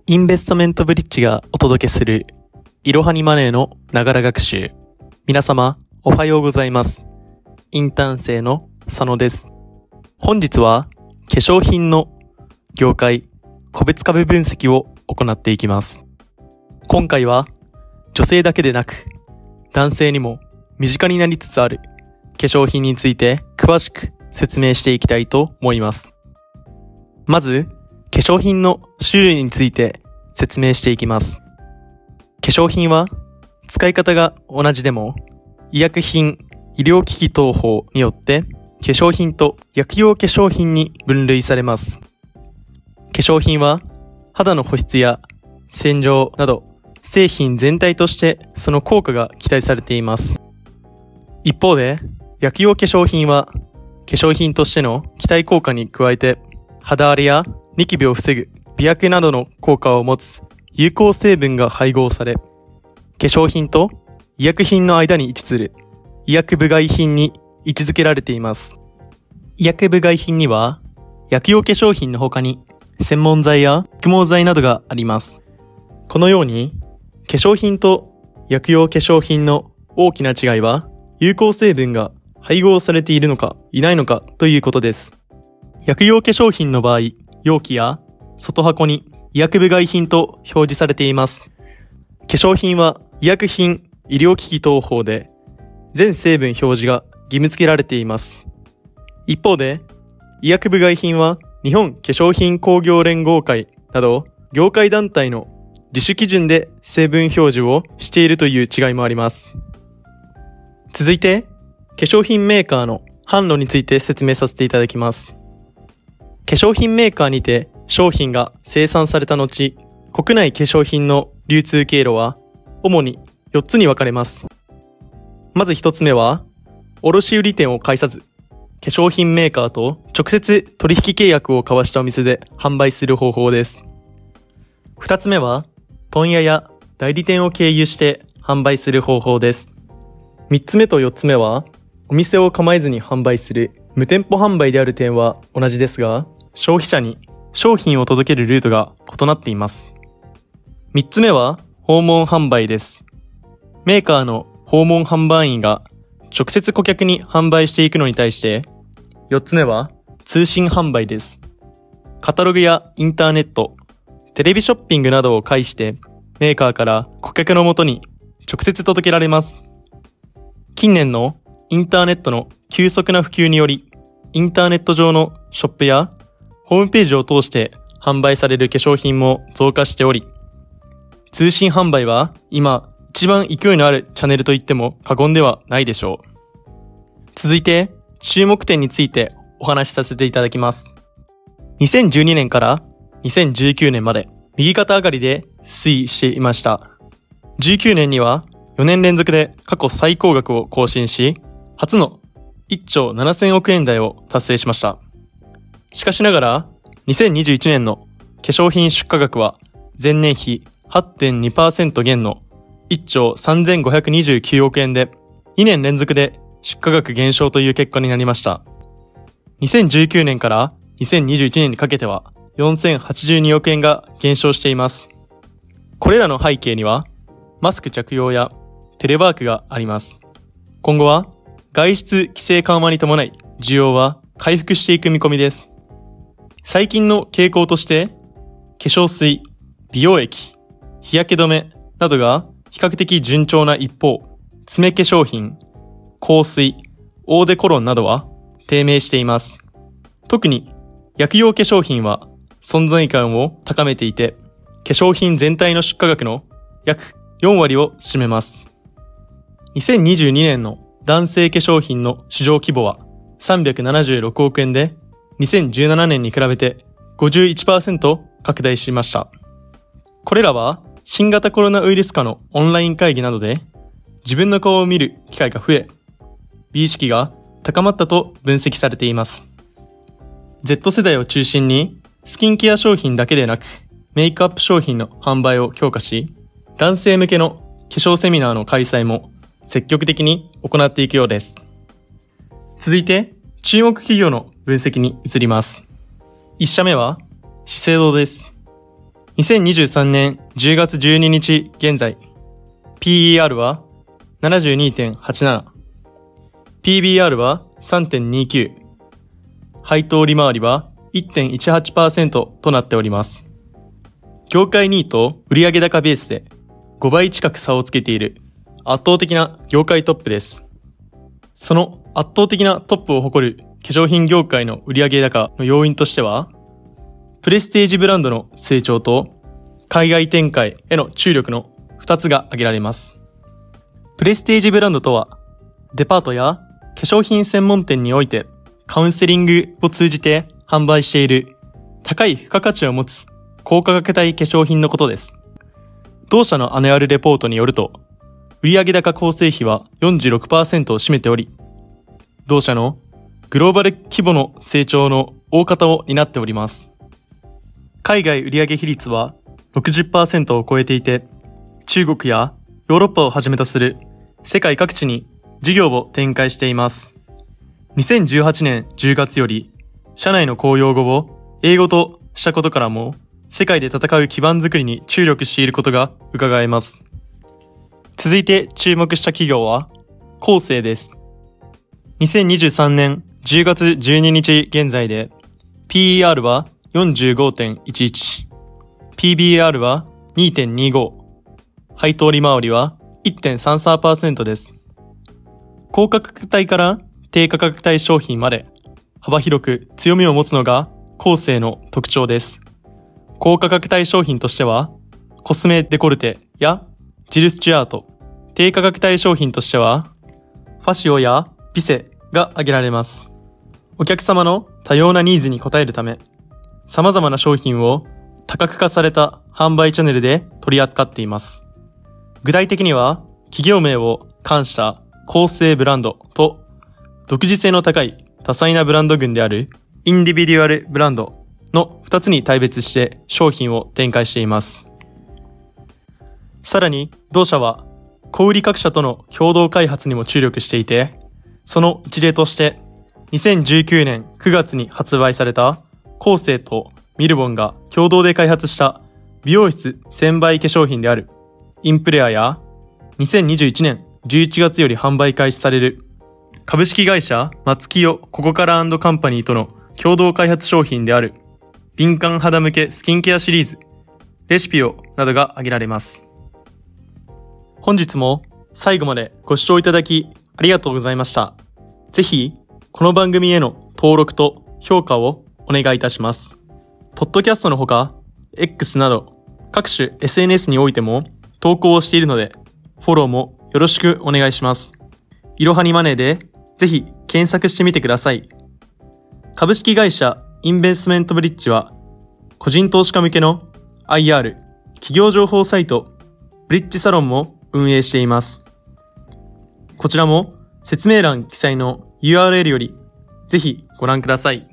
インベストメントブリッジがお届けするいろはにマネーのながら学習。皆様おはようございます。インターン生の佐野です。本日は化粧品の業界個別株分析を行っていきます。今回は女性だけでなく男性にも身近になりつつある化粧品について詳しく説明していきたいと思います。まず化粧品の種類について説明していきます。化粧品は使い方が同じでも医薬品、医療機器等法によって化粧品と薬用化粧品に分類されます。化粧品は肌の保湿や洗浄など製品全体としてその効果が期待されています。一方で薬用化粧品は化粧品としての期待効果に加えて肌荒れやニキビを防ぐ美白などの効果を持つ有効成分が配合され、化粧品と医薬品の間に位置する医薬部外品に位置づけられています。医薬部外品には薬用化粧品の他に専門剤や育毛剤などがあります。このように化粧品と薬用化粧品の大きな違いは有効成分が配合されているのかいないのかということです。薬用化粧品の場合、容器や外箱に医薬部外品と表示されています。化粧品は医薬品、医療機器等法で全成分表示が義務付けられています。一方で、医薬部外品は日本化粧品工業連合会など業界団体の自主基準で成分表示をしているという違いもあります。続いて、化粧品メーカーの販路について説明させていただきます。化粧品メーカーにて商品が生産された後、国内化粧品の流通経路は主に4つに分かれます。まず1つ目は、卸売店を介さず、化粧品メーカーと直接取引契約を交わしたお店で販売する方法です。2つ目は、問屋や代理店を経由して販売する方法です。3つ目と4つ目は、お店を構えずに販売する無店舗販売である点は同じですが、消費者に商品を届けるルートが異なっています。3つ目は訪問販売です。メーカーの訪問販売員が直接顧客に販売していくのに対して、4つ目は通信販売です。カタログやインターネット、テレビショッピングなどを介してメーカーから顧客のもとに直接届けられます。近年のインターネットの急速な普及により、インターネット上のショップやホームページを通して販売される化粧品も増加しており、通信販売は今一番勢いのあるチャンネルと言っても過言ではないでしょう。続いて注目点についてお話しさせていただきます。2012年から2019年まで右肩上がりで推移していました。19年には4年連続で過去最高額を更新し、初の1兆7000億円台を達成しました。しかしながら、2021年の化粧品出荷額は前年比 8.2% 減の1兆3529億円で、2年連続で出荷額減少という結果になりました。2019年から2021年にかけては4082億円が減少しています。これらの背景には、マスク着用やテレワークがあります。今後は外出規制緩和に伴い需要は回復していく見込みです。最近の傾向として、化粧水、美容液、日焼け止めなどが比較的順調な一方、爪化粧品、香水、オーデコロンなどは低迷しています。特に薬用化粧品は存在感を高めていて、化粧品全体の出荷額の約4割を占めます。2022年の男性化粧品の市場規模は376億円で、2017年に比べて 51% 拡大しました。これらは新型コロナウイルス下のオンライン会議などで自分の顔を見る機会が増え、美意識が高まったと分析されています。Z 世代を中心にスキンケア商品だけでなくメイクアップ商品の販売を強化し、男性向けの化粧セミナーの開催も積極的に行っていくようです。続いて注目企業の分析に移ります。1社目は資生堂です。 2023年10月12日現在、PER は 72.87、PBR は 3.29、配当利回りは 1.18% となっております。業界2位と売上高ベースで5倍近く差をつけている圧倒的な業界トップです。その圧倒的なトップを誇る化粧品業界の売上高の要因としては、プレステージブランドの成長と海外展開への注力の2つが挙げられます。プレステージブランドとは、デパートや化粧品専門店においてカウンセリングを通じて販売している高い付加価値を持つ高価格帯化粧品のことです。同社のアニュアルレポートによると、売上高構成比は 46% を占めており、同社のグローバル規模の成長の大方を担っております。海外売上比率は 60% を超えていて、中国やヨーロッパをはじめとする世界各地に事業を展開しています。2018年10月より、社内の公用語を英語としたことからも、世界で戦う基盤づくりに注力していることが伺えます。続いて注目した企業は、コーセーです。2023年10月12日現在で、PER は 45.11、PBR は 2.25、配当利回りは 1.33% です。高価格帯から低価格帯商品まで幅広く強みを持つのがコーセーの特徴です。高価格帯商品としては、コスメデコルテやジルスチュアート、低価格帯商品としては、ファシオやビセが挙げられます。お客様の多様なニーズに応えるため、様々な商品を多角化された販売チャンネルで取り扱っています。具体的には、企業名を冠したコーセーブランドと、独自性の高い多彩なブランド群であるインディビデュアルブランドの2つに大別して商品を展開しています。さらに、同社は小売各社との共同開発にも注力していて、その一例として2019年9月に発売されたコーセーとミルボンが共同で開発した美容室専売化粧品であるインプレアや、2021年11月より販売開始される株式会社松木代ココカラ&カンパニーとの共同開発商品である敏感肌向けスキンケアシリーズレシピオなどが挙げられます。本日も最後までご視聴いただきありがとうございました。ぜひこの番組への登録と評価をお願いいたします。ポッドキャストのほか X など各種 SNS においても投稿をしているので、フォローもよろしくお願いします。いろはにマネーでぜひ検索してみてください。株式会社インベストメントブリッジは、個人投資家向けの IR 企業情報サイトブリッジサロンも運営しています。こちらも説明欄記載の URL よりぜひご覧ください。